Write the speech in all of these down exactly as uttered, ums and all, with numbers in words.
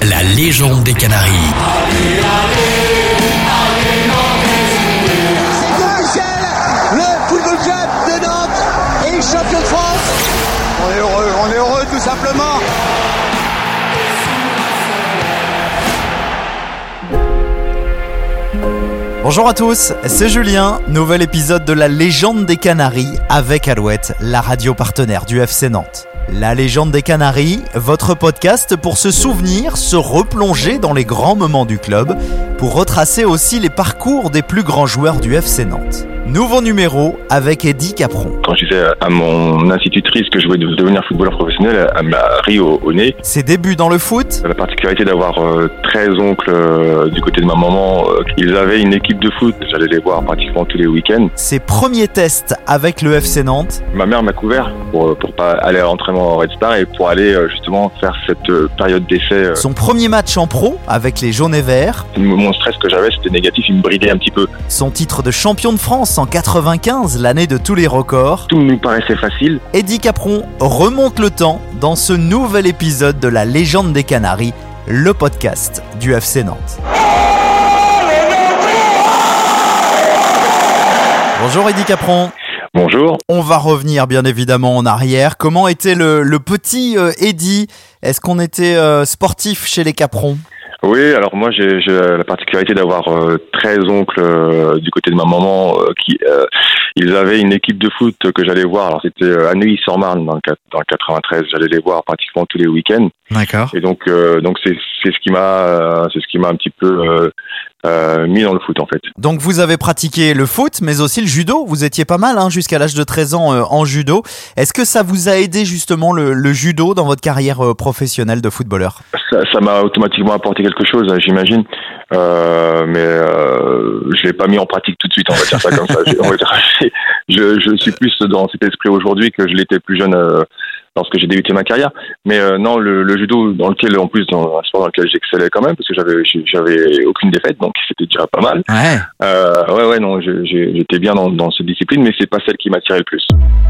La légende des Canaries. Allez, allez, allez, Nantes, le football club de Nantes est champion de France. On est heureux, on est heureux tout simplement. Bonjour à tous, c'est Julien, nouvel épisode de La légende des Canaries avec Alouette, la radio partenaire du F C Nantes. La légende des Canaries, votre podcast pour se souvenir, se replonger dans les grands moments du club, pour retracer aussi les parcours des plus grands joueurs du F C Nantes. Nouveau numéro avec Eddy Capron. Quand je disais à mon institutrice que je voulais devenir footballeur professionnel, elle m'a ri au, au nez. Ses débuts dans le foot. La particularité d'avoir euh, treize oncles euh, du côté de ma maman, euh, ils avaient une équipe de foot. J'allais les voir pratiquement tous les week-ends. Ses premiers tests avec le F C Nantes. Ma mère m'a couvert pour pour pas aller à l'entraînement au Red Star et pour aller euh, justement faire cette euh, période d'essai. Euh. Son premier match en pro avec les jaunes et verts. Mon stress que j'avais, c'était négatif, il me bridait un petit peu. Son titre de champion de France en quatre-vingt-quinze, l'année de tous les records. Tout nous paraissait facile. Eddy Capron remonte le temps dans ce nouvel épisode de La légende des Canaries, le podcast du F C Nantes. Bonjour Eddy Capron. Bonjour. On va revenir bien évidemment en arrière. Comment était le, le petit euh, Eddy ? Est-ce qu'on était euh, sportif chez les Caprons ? Oui, alors moi j'ai, j'ai la particularité d'avoir euh, treize oncles euh, du côté de ma maman euh, qui euh, ils avaient une équipe de foot que j'allais voir. Alors c'était euh, à Neuilly-sur-Marne dans le, dans le quatre-vingt-treize, j'allais les voir pratiquement tous les week-ends. D'accord. Et donc euh, donc c'est c'est ce qui m'a euh, c'est ce qui m'a un petit peu euh, euh, mis dans le foot en fait. Donc vous avez pratiqué le foot mais aussi le judo. Vous étiez pas mal hein, jusqu'à l'âge de treize ans euh, en judo. Est-ce que ça vous a aidé justement le, le judo dans votre carrière euh, professionnelle de footballeur ? Ça, ça m'a automatiquement apporté quelque chose, j'imagine, euh, mais euh, je l'ai pas mis en pratique tout de suite, on va dire ça comme ça. On va dire, je, je suis plus dans cet esprit aujourd'hui que je l'étais plus jeune euh, lorsque j'ai débuté ma carrière. Mais euh, non, le, le judo, dans lequel, en plus, dans un sport dans lequel j'excellais quand même, parce que j'avais, j'avais aucune défaite, donc c'était déjà pas mal. Ouais. Euh, ouais, ouais, non, je, j'ai, j'étais bien dans, dans cette discipline, mais c'est pas celle qui m'attirait le plus.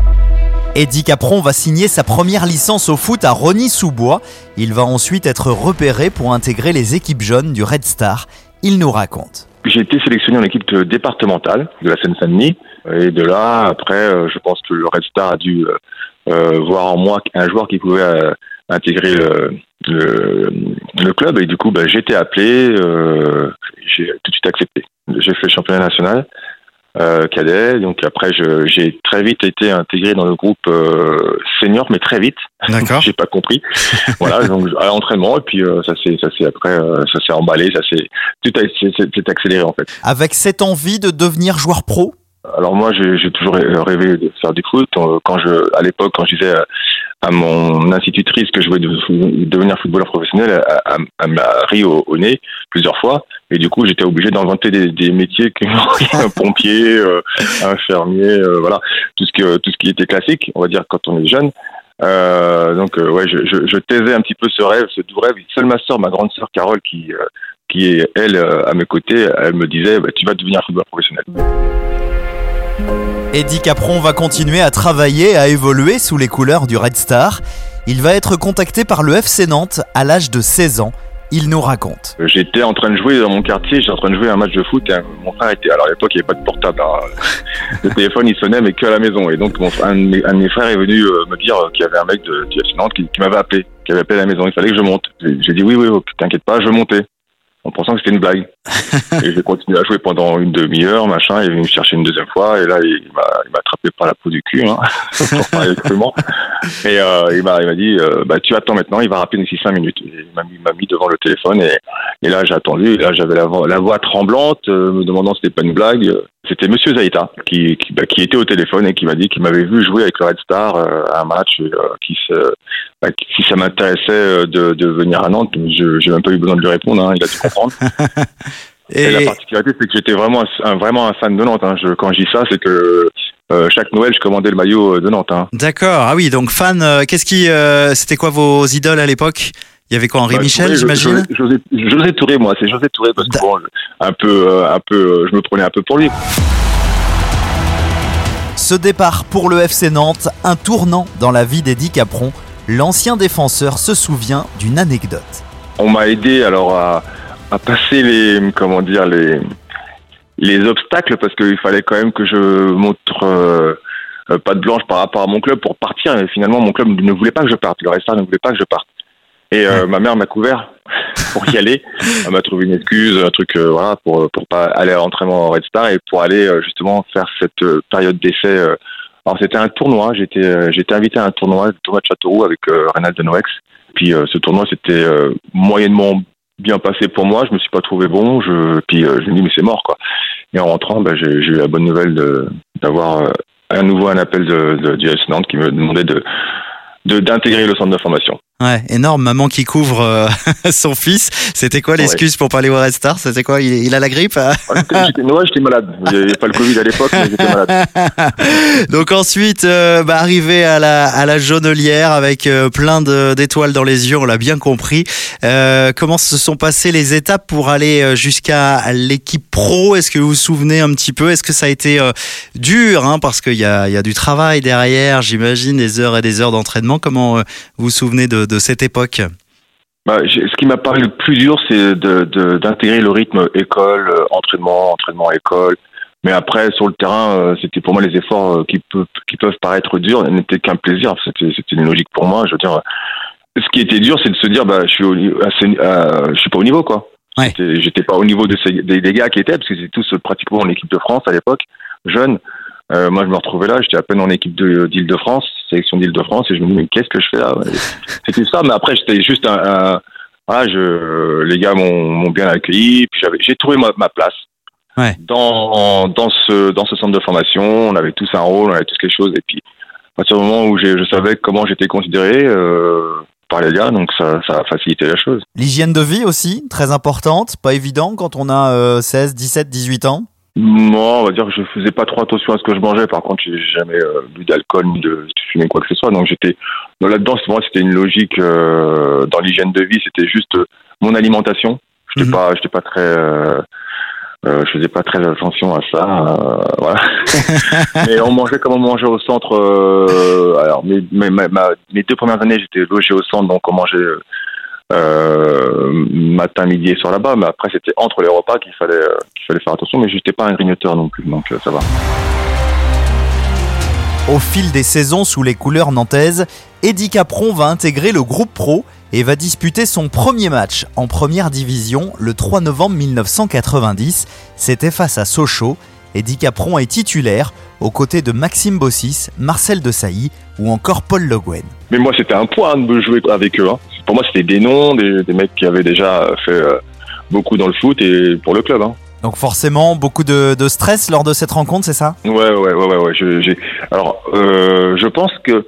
Eddy Capron va signer sa première licence au foot à Rosny-sous-Bois. Il va ensuite être repéré pour intégrer les équipes jeunes du Red Star. Il nous raconte. J'ai été sélectionné en équipe départementale de la Seine-Saint-Denis. Et de là, après, je pense que le Red Star a dû euh, voir en moi un joueur qui pouvait euh, intégrer le, le, le club. Et du coup, bah, j'ai été appelé. Euh, j'ai tout de suite accepté. J'ai fait le championnat national. Euh, cadet, donc après je, j'ai très vite été intégré dans le groupe euh, senior, mais très vite. D'accord. J'ai pas compris. Voilà, donc à l'entraînement et puis euh, ça s'est, ça s'est après, euh, ça s'est emballé, ça s'est, tout a, c'est, c'est, c'est accéléré en fait. Avec cette envie de devenir joueur pro ? Alors moi j'ai, j'ai toujours rêvé de faire du foot. Quand je, à l'époque, quand je disais à mon institutrice que je voulais devenir footballeur professionnel, elle, elle m'a ri au, au nez plusieurs fois. Et du coup, j'étais obligé d'inventer des, des métiers comme un pompier, euh, un fermier, euh, voilà, tout ce que tout ce qui était classique, on va dire quand on est jeune. Euh, donc euh, ouais, je, je, je taisais un petit peu ce rêve, ce doux rêve. Seule ma sœur, ma grande sœur Carole, qui euh, qui est elle à mes côtés, elle me disait bah, tu vas devenir footballeur professionnel. Eddy Capron va continuer à travailler, à évoluer sous les couleurs du Red Star. Il va être contacté par le F C Nantes à l'âge de seize ans. Il nous raconte. J'étais en train de jouer dans mon quartier, j'étais en train de jouer un match de foot et mon frère était... Alors à l'époque, il n'y avait pas de portable. Hein. Le téléphone, il sonnait, mais qu'à la maison. Et donc, mon, un, de mes, un de mes frères est venu euh, me dire qu'il y avait un mec de, du F C Nantes qui, qui m'avait appelé, qui avait appelé à la maison. Il fallait que je monte. J'ai, j'ai dit oui, oui, oh, t'inquiète pas, je montais. En pensant que c'était une blague. Et j'ai continué à jouer pendant une demi-heure, machin. Il est venu me chercher une deuxième fois. Et là, il m'a, il m'a attrapé par la peau du cul, hein, pour parler crûment. Et euh, il m'a, il m'a dit, euh, bah, tu attends maintenant, il va rappeler d'ici cinq minutes. Et il m'a mis, il m'a mis devant le téléphone. Et, et là, j'ai attendu. Et là, j'avais la voix, la voix tremblante, euh, me demandant si c'était pas une blague. C'était Monsieur Zaïta qui, qui, bah, qui était au téléphone et qui m'a dit qu'il m'avait vu jouer avec le Red Star euh, à un match, euh, qui se, bah, si ça m'intéressait de, de venir à Nantes. Je, j'ai même pas eu besoin de lui répondre, hein, il a dû comprendre. Et... et la particularité, c'est que j'étais vraiment un, vraiment un fan de Nantes. Hein. Je, quand je dis ça, c'est que euh, chaque Noël, je commandais le maillot de Nantes. Hein. D'accord. Ah oui, donc fan. Euh, qu'est-ce qui, euh, c'était quoi vos idoles à l'époque ? Il y avait quoi, Henri bah, Michel, Touré, j'imagine. José, José, José Touré, moi, c'est José Touré parce que bon, un peu, euh, un peu, je me prenais un peu pour lui. Ce départ pour le F C Nantes, un tournant dans la vie d'Eddy Capron. L'ancien défenseur se souvient d'une anecdote. on m'a aidé alors à, à passer les, comment dire, les, les obstacles parce qu'il fallait quand même que je montre euh, patte blanche par rapport à mon club pour partir. Et finalement, mon club ne voulait pas que je parte. Le Red Star ne voulait pas que je parte. Et euh, ouais. ma mère m'a couvert pour y aller. Elle m'a trouvé une excuse, un truc, euh, voilà, pour pour pas aller à l'entraînement au Red Star et pour aller euh, justement faire cette euh, période d'essai. Euh. Alors c'était un tournoi. J'étais euh, j'étais invité à un tournoi, le tournoi de Châteauroux avec euh, Reynald Noex. Puis euh, ce tournoi c'était euh, moyennement bien passé pour moi. Je me suis pas trouvé bon. Je puis euh, je me dis mais c'est mort quoi. Et en rentrant, bah, j'ai, j'ai eu la bonne nouvelle de d'avoir euh, à nouveau un appel de, de, du F C Nantes qui me demandait de De, d'intégrer le centre de formation. Ouais, énorme, maman qui couvre euh, son fils. C'était quoi l'excuse ouais. pour pas aller au Red Star? C'était quoi? Il, il a la grippe? j'étais, j'étais, ouais, j'étais malade. Il n'y avait pas le Covid à l'époque, mais j'étais malade. Donc ensuite, euh, bah, arrivé à la, à la Jaunelière avec euh, plein de, d'étoiles dans les yeux, on l'a bien compris. Euh, comment se sont passées les étapes pour aller jusqu'à l'équipe pro? Est-ce que vous vous souvenez un petit peu? Est-ce que ça a été euh, dur, hein, parce qu'il y a, il y a du travail derrière, j'imagine, des heures et des heures d'entraînement. Comment euh, vous vous souvenez de, de cette époque? Bah, ce qui m'a paru le plus dur, c'est de, de, d'intégrer le rythme école, euh, entraînement, entraînement, école. Mais après, sur le terrain, euh, c'était pour moi les efforts euh, qui, peuvent, qui peuvent paraître durs n'étaient qu'un plaisir. C'était, c'était une logique pour moi. Je veux dire, ce qui était dur, c'est de se dire, bah, je suis, au, assez, euh, je suis pas au niveau, quoi. Ouais. J'étais, j'étais pas au niveau de ces, des, des gars qui étaient, parce que c'était tous pratiquement en équipe de France à l'époque, jeunes. Euh, moi, je me retrouvais là, j'étais à peine en équipe de, d'Île-de-France, sélection d'Île-de-France, et je me dis, mais qu'est-ce que je fais là? C'était ça, mais après, j'étais juste un... un voilà, je, les gars m'ont, m'ont bien accueilli, puis j'avais, j'ai trouvé ma, ma place. Ouais. Dans, dans, ce, dans ce centre de formation, on avait tous un rôle, on avait tous quelque chose, et puis, à partir du moment où j'ai, je savais comment j'étais considéré euh, par les gars, donc ça, ça a facilité la chose. L'hygiène de vie aussi, très importante, pas évident quand on a euh, seize, dix-sept, dix-huit ans? Non, on va dire que je faisais pas trop attention à ce que je mangeais. Par contre, j'ai jamais euh, bu d'alcool ni de fumer quoi que ce soit. Donc j'étais donc là-dedans. Pour moi, c'était une logique euh, dans l'hygiène de vie. C'était juste euh, mon alimentation. J'étais mmh. pas, j'étais pas très, euh, euh, je faisais pas très attention à ça. Euh, voilà. Mais on mangeait comme on mangeait au centre. Euh, alors mes, mes, ma, mes deux premières années, j'étais logé au centre, donc on mangeait. Euh, Euh, matin, midi et soir là-bas, mais après c'était entre les repas qu'il fallait euh, qu'il fallait faire attention, mais j'étais pas un grignoteur non plus, donc euh, ça va. Au fil des saisons sous les couleurs nantaises, Eddy Capron va intégrer le groupe pro et va disputer son premier match en première division le trois novembre mille neuf cent quatre-vingt-dix. C'était face à Sochaux. Eddy Capron est titulaire aux côtés de Maxime Bossis, Marcel Desailly ou encore Paul Le Guen. Mais moi c'était un poids hein, de jouer avec eux. Hein. Pour moi c'était des noms, des, des mecs qui avaient déjà fait euh, beaucoup dans le foot et pour le club. Hein. Donc forcément beaucoup de, de stress lors de cette rencontre, c'est ça? Ouais, ouais, ouais, ouais. ouais. Je, j'ai... Alors euh, je pense que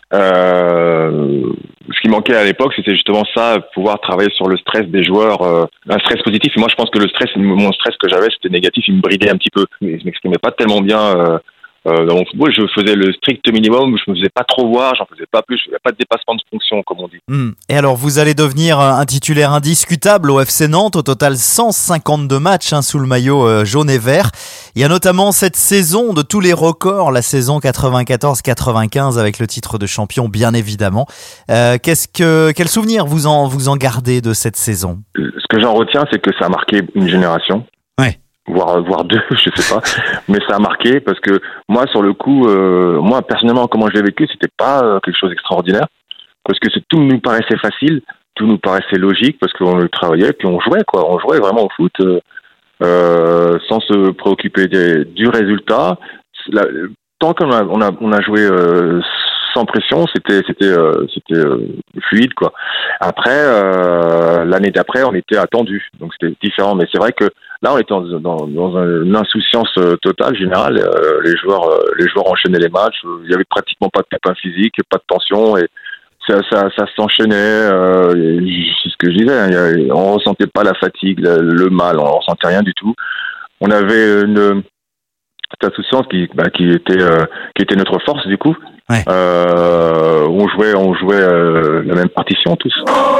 euh, ce qui manquait à l'époque, c'était justement ça, pouvoir travailler sur le stress des joueurs, euh, un stress positif. Et moi, je pense que le stress, mon stress que j'avais, c'était négatif. Il me bridait un petit peu. Je m'exprimais pas tellement bien euh, euh, dans mon football. Je faisais le strict minimum. Je me faisais pas trop voir. J'en faisais pas plus. Il n'y a pas de dépassement de fonction, comme on dit. Mmh. Et alors, vous allez devenir un titulaire indiscutable au F C Nantes. Au total, cent cinquante-deux matchs hein, sous le maillot euh, jaune et vert. Il y a notamment cette saison de tous les records, la saison quatre-vingt-quatorze quatre-vingt-quinze avec le titre de champion, bien évidemment. Euh, qu'est-ce que, quel souvenir vous en, vous en gardez de cette saison? Ce que j'en retiens, c'est que ça a marqué une génération. Ouais. Voire, voire deux, je sais pas. Mais ça a marqué parce que moi, sur le coup, euh, moi, personnellement, comment je l'ai vécu, c'était pas euh, quelque chose d'extraordinaire. Parce que c'est, tout nous paraissait facile, tout nous paraissait logique parce qu'on le travaillait, puis on jouait, quoi. On jouait vraiment au foot. Euh, Euh, sans se préoccuper des, du résultat. La, tant qu'on a, on a, on a joué euh, sans pression, c'était, c'était, euh, c'était euh, fluide, quoi. Après, euh, l'année d'après, on était attendu, donc c'était différent. Mais c'est vrai que là, on était dans, dans, dans une insouciance totale, générale. Euh, les joueurs, euh, les joueurs enchaînaient les matchs. Il y avait pratiquement pas de pépins physiques, pas de tension et Ça, ça, ça s'enchaînait, euh, c'est ce que je disais, hein, y a, on ressentait pas la fatigue, le, le mal, on ressentait rien du tout. On avait une cette insouciance qui, bah, qui était, euh, qui était notre force du coup. Ouais. Euh, on jouait, on jouait euh, la même partition tous.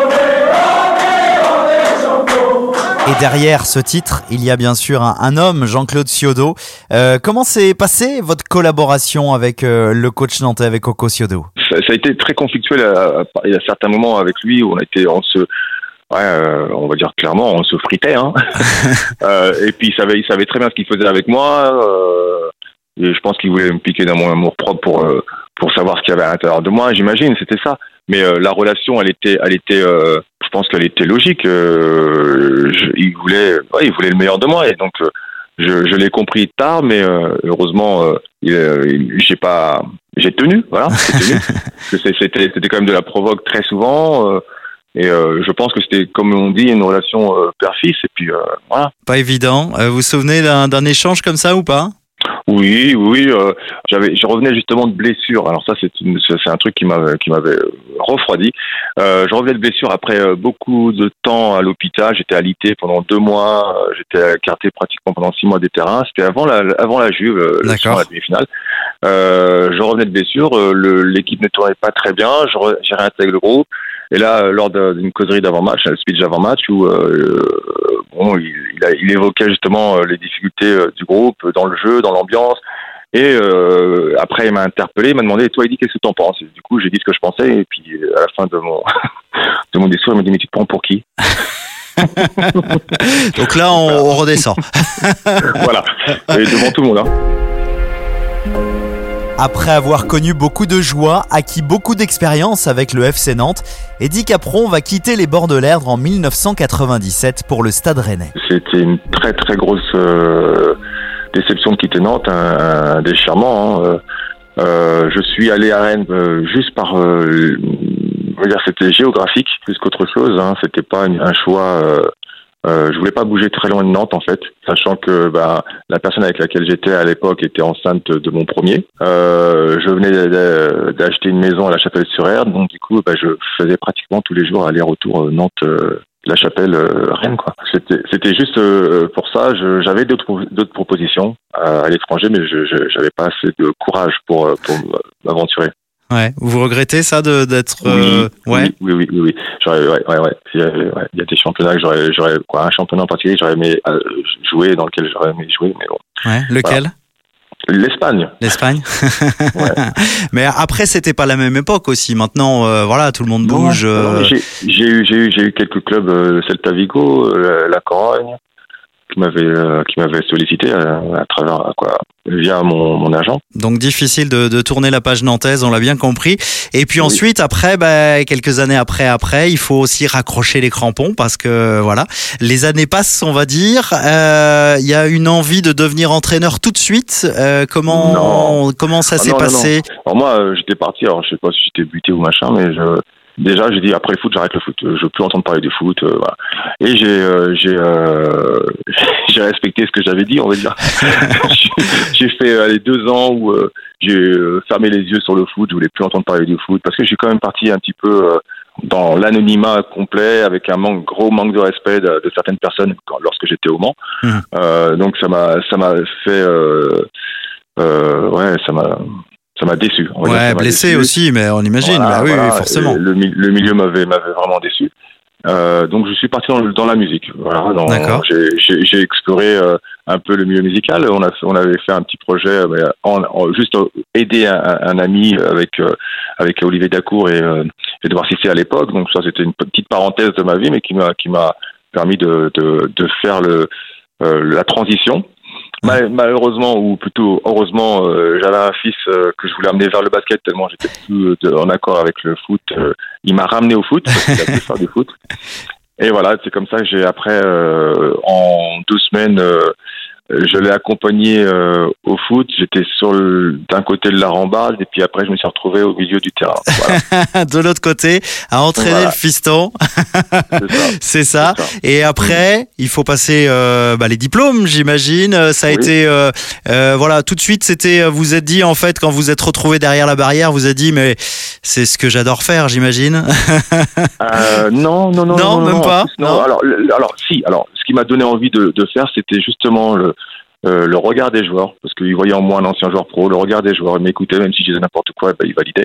Et derrière ce titre, il y a bien sûr un, un homme, Jean-Claude Ciodo. Euh, comment s'est passée votre collaboration avec euh, le coach nantais, avec Coco Ciodo? Ça, ça a été très conflictuel à, à, à certains moments avec lui. Où on a été, on se, ouais, euh, on va dire clairement, on se fritait. Hein. euh, et puis, il savait, il savait très bien ce qu'il faisait avec moi. Euh, et je pense qu'il voulait me piquer dans mon amour propre pour, euh, pour savoir ce qu'il y avait à l'intérieur de moi. J'imagine, c'était ça. Mais euh, la relation, elle était, elle était, euh, je pense qu'elle était logique. Euh, je, il voulait, ouais, il voulait le meilleur de moi. Et donc, euh, je, je l'ai compris tard, mais euh, heureusement, euh, il, il, j'ai pas, j'ai tenu. Voilà, j'ai tenu. c'était, c'était quand même de la provoque très souvent. Euh, Et euh, je pense que c'était, comme on dit, une relation euh, père-fils. Et puis, euh, voilà. Pas évident. Euh, vous vous souvenez d'un, d'un échange comme ça ou pas ? Oui, oui. Euh, j'avais, je revenais justement de blessure. Alors ça, c'est, une, c'est un truc qui m'avait, qui m'avait refroidi. Euh, je revenais de blessure après euh, beaucoup de temps à l'hôpital. J'étais alité pendant deux mois. Euh, j'étais écarté pratiquement pendant six mois des terrains. C'était avant la, avant la Juve, euh, le soir, la demi-finale. Euh, je revenais de blessure. Euh, le, l'équipe ne tournait pas très bien. Je re, j'ai réintégré le groupe. Et là, euh, lors de, d'une causerie d'avant-match, un speech d'avant-match, où euh, bon, il, il, a, il évoquait justement euh, les difficultés euh, du groupe, dans le jeu, dans l'ambiance. Et euh, après, il m'a interpellé, il m'a demandé, toi, il dit, qu'est-ce que tu en penses ? Et du coup, j'ai dit ce que je pensais. Et puis, à la fin de mon de mon discours, il m'a dit, mais tu te prends pour qui ? Donc là, on, on redescend. Voilà. Et devant tout le monde, hein. Après avoir connu beaucoup de joie, acquis beaucoup d'expérience avec le F C Nantes, Eddy Capron va quitter les bords de l'Erdre en dix-neuf cent quatre-vingt-dix-sept pour le Stade Rennais. C'était une très très grosse euh, déception de quitter Nantes, un, un déchirement. Hein. Euh, je suis allé à Rennes euh, juste par, euh, je veux dire, c'était géographique plus qu'autre chose. Hein. C'était pas un choix. Euh, Euh, je voulais pas bouger très loin de Nantes en fait, sachant que bah, la personne avec laquelle j'étais à l'époque était enceinte de mon premier. Euh, je venais d'acheter une maison à La Chapelle-sur-Erdre, donc du coup bah, je faisais pratiquement tous les jours aller-retour Nantes, euh, La Chapelle, euh, Rennes quoi. C'était, c'était juste euh, pour ça. Je, j'avais d'autres, d'autres propositions à, à l'étranger, mais je, je j'avais pas assez de courage pour pour m'aventurer. Ouais. Vous regrettez ça de, d'être euh... oui, ouais. oui, oui, oui, oui. J'aurais, ouais, ouais, ouais. Il y a, ouais. Il y a des championnats que j'aurais, j'aurais, quoi, un championnat en particulier que j'aurais aimé euh, jouer, dans lequel j'aurais aimé jouer, mais bon. Ouais. Lequel ? Voilà. L'Espagne. L'Espagne. Ouais. Mais après, c'était pas la même époque aussi. Maintenant, euh, voilà, tout le monde bouge. Non, euh... non, j'ai, j'ai eu, j'ai eu, j'ai eu quelques clubs, euh, Celta Vigo, euh, la Corogne, qui m'avait, euh, qui m'avait sollicité à, à travers, quoi, via mon, mon agent. Donc difficile de, de tourner la page nantaise, on l'a bien compris. Et puis oui. Ensuite, après, bah, quelques années après, après, il faut aussi raccrocher les crampons parce que voilà, les années passent, on va dire. Il euh, y a une envie de devenir entraîneur tout de suite. Euh, comment, non. comment ça ah, s'est non, passé ? non, non. Alors moi, euh, j'étais parti. Alors je sais pas si j'étais buté ou machin, mais je. Déjà, j'ai dit après le foot, j'arrête le foot. Je veux plus entendre parler du foot. Euh, voilà. Et j'ai, euh, j'ai, euh, j'ai respecté ce que j'avais dit, on va dire. J'ai fait euh, les deux ans où euh, j'ai euh, fermé les yeux sur le foot. Je voulais plus entendre parler du foot parce que j'ai quand même parti un petit peu euh, dans l'anonymat complet, avec un manque, gros manque de respect de, de certaines personnes quand, lorsque j'étais au Mans. Mmh. Euh, donc ça m'a, ça m'a fait, euh, euh, ouais, ça m'a. Ça m'a déçu. On ouais, blessé déçu. Aussi, mais on imagine. Voilà, bah oui, voilà. Forcément. Le, le milieu m'avait, m'avait vraiment déçu. Euh, donc, je suis parti dans, dans la musique. Voilà, dans, D'accord. J'ai, j'ai, j'ai exploré euh, un peu le milieu musical. On, a, on avait fait un petit projet, mais en, en, juste aider un, un ami avec, euh, avec Olivier Dacour et euh, Edouard Cissé à l'époque. Donc, ça, c'était une petite parenthèse de ma vie, mais qui m'a, qui m'a permis de, de, de faire le, euh, la transition. Mal, malheureusement, ou plutôt heureusement, euh, j'avais un fils euh, que je voulais amener vers le basket tellement j'étais plus de, en accord avec le foot. Euh, il m'a ramené au foot, parce qu'il a pu faire du foot. Et voilà, c'est comme ça que j'ai après, euh, en deux semaines, euh, je l'ai accompagné euh, au foot. J'étais sur le, d'un côté de la rambarde et puis après je me suis retrouvé au milieu du terrain. Voilà. De l'autre côté, à entraîner voilà. Le fiston. C'est ça. C'est ça. C'est ça. Et après, mmh. il faut passer euh, bah, les diplômes, j'imagine. Ça a oui. été, euh, euh, voilà, tout de suite, c'était. Vous êtes dit en fait quand vous êtes retrouvé derrière la barrière, vous êtes dit mais c'est ce que j'adore faire, j'imagine. euh, non, non, non, non, non, non, même non, pas. Plus, non. Non. Alors, le, alors, si. Alors, ce qui m'a donné envie de, de faire, c'était justement le. Euh, le regard des joueurs, parce qu'ils voyaient en moi un ancien joueur pro, le regard des joueurs, ils m'écoutaient, même si je disais n'importe quoi, bah, ils validaient.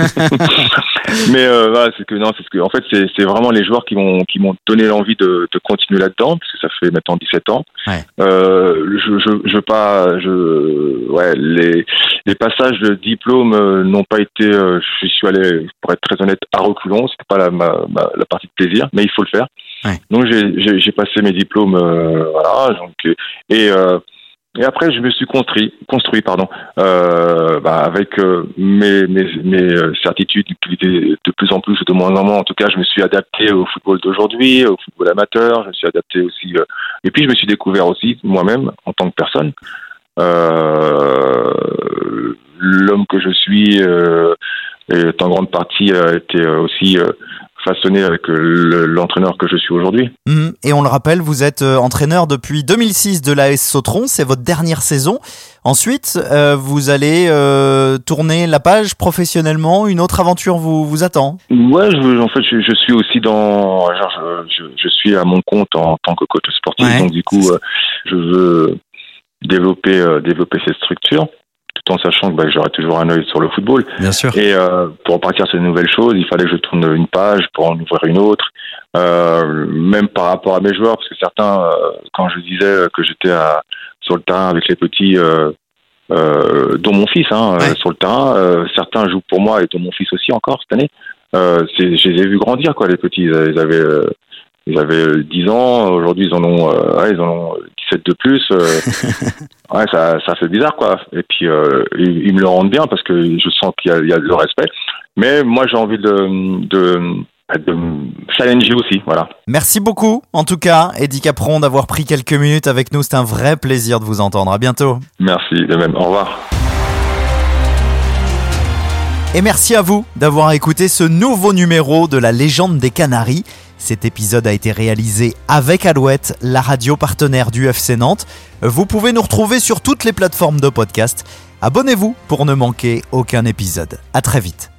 Mais euh, voilà, c'est que non, c'est ce que, en fait, c'est, c'est vraiment les joueurs qui m'ont qui m'ont donné l'envie de, de continuer là-dedans, parce que ça fait maintenant dix-sept ans. Ouais. Euh, je, je, je pas, je, ouais, les les passages de diplôme euh, n'ont pas été, euh, je suis allé, pour être très honnête, à reculons. C'était pas la ma, ma, la partie de plaisir, mais il faut le faire. Ouais. Donc j'ai, j'ai, j'ai passé mes diplômes, euh, voilà. Donc et euh, et après je me suis construit, construit pardon, euh, bah, avec euh, mes mes mes certitudes qui étaient de plus en plus, de moins en moins. En tout cas, je me suis adapté au football d'aujourd'hui, au football amateur. Je me suis adapté aussi, euh, et puis je me suis découvert aussi moi-même en tant que personne. Euh, l'homme que je suis euh, est en grande partie a été aussi euh, façonné avec le, l'entraîneur que je suis aujourd'hui. Mmh. Et on le rappelle, vous êtes euh, entraîneur depuis deux mille six de l'A S Sautron, c'est votre dernière saison. Ensuite, euh, vous allez euh, tourner la page professionnellement, une autre aventure vous, vous attend. Ouais, je, en fait, je, je suis aussi dans... Genre, je, je suis à mon compte en tant que coach sportif, ouais. Donc du coup, euh, je veux développer, euh, développer cette structure, tout en sachant que bah, j'aurai toujours un œil sur le football. Bien sûr. Et euh, pour repartir sur de nouvelles choses, il fallait que je tourne une page pour en ouvrir une autre, euh, même par rapport à mes joueurs, parce que certains, euh, quand je disais que j'étais à, sur le terrain avec les petits, euh, euh, dont mon fils, hein, ouais. euh, sur le terrain, euh, certains jouent pour moi et dont mon fils aussi encore cette année. Euh, c'est, je les ai vus grandir, quoi, les petits. Ils avaient, euh, ils avaient dix ans, aujourd'hui ils en ont, euh, ouais, ils en ont dix-sept de plus. Euh, ouais, ça, ça fait bizarre, quoi. Et puis euh, ils, ils me le rendent bien parce que je sens qu'il y a, il y a le respect. Mais moi j'ai envie de, de, de me challenger aussi, voilà. Merci beaucoup, en tout cas, Eddy Capron, d'avoir pris quelques minutes avec nous. C'est un vrai plaisir de vous entendre. À bientôt. Merci, de même. Au revoir. Et merci à vous d'avoir écouté ce nouveau numéro de la Légende des Canaries. Cet épisode a été réalisé avec Alouette, la radio partenaire du F C Nantes. Vous pouvez nous retrouver sur toutes les plateformes de podcast. Abonnez-vous pour ne manquer aucun épisode. À très vite.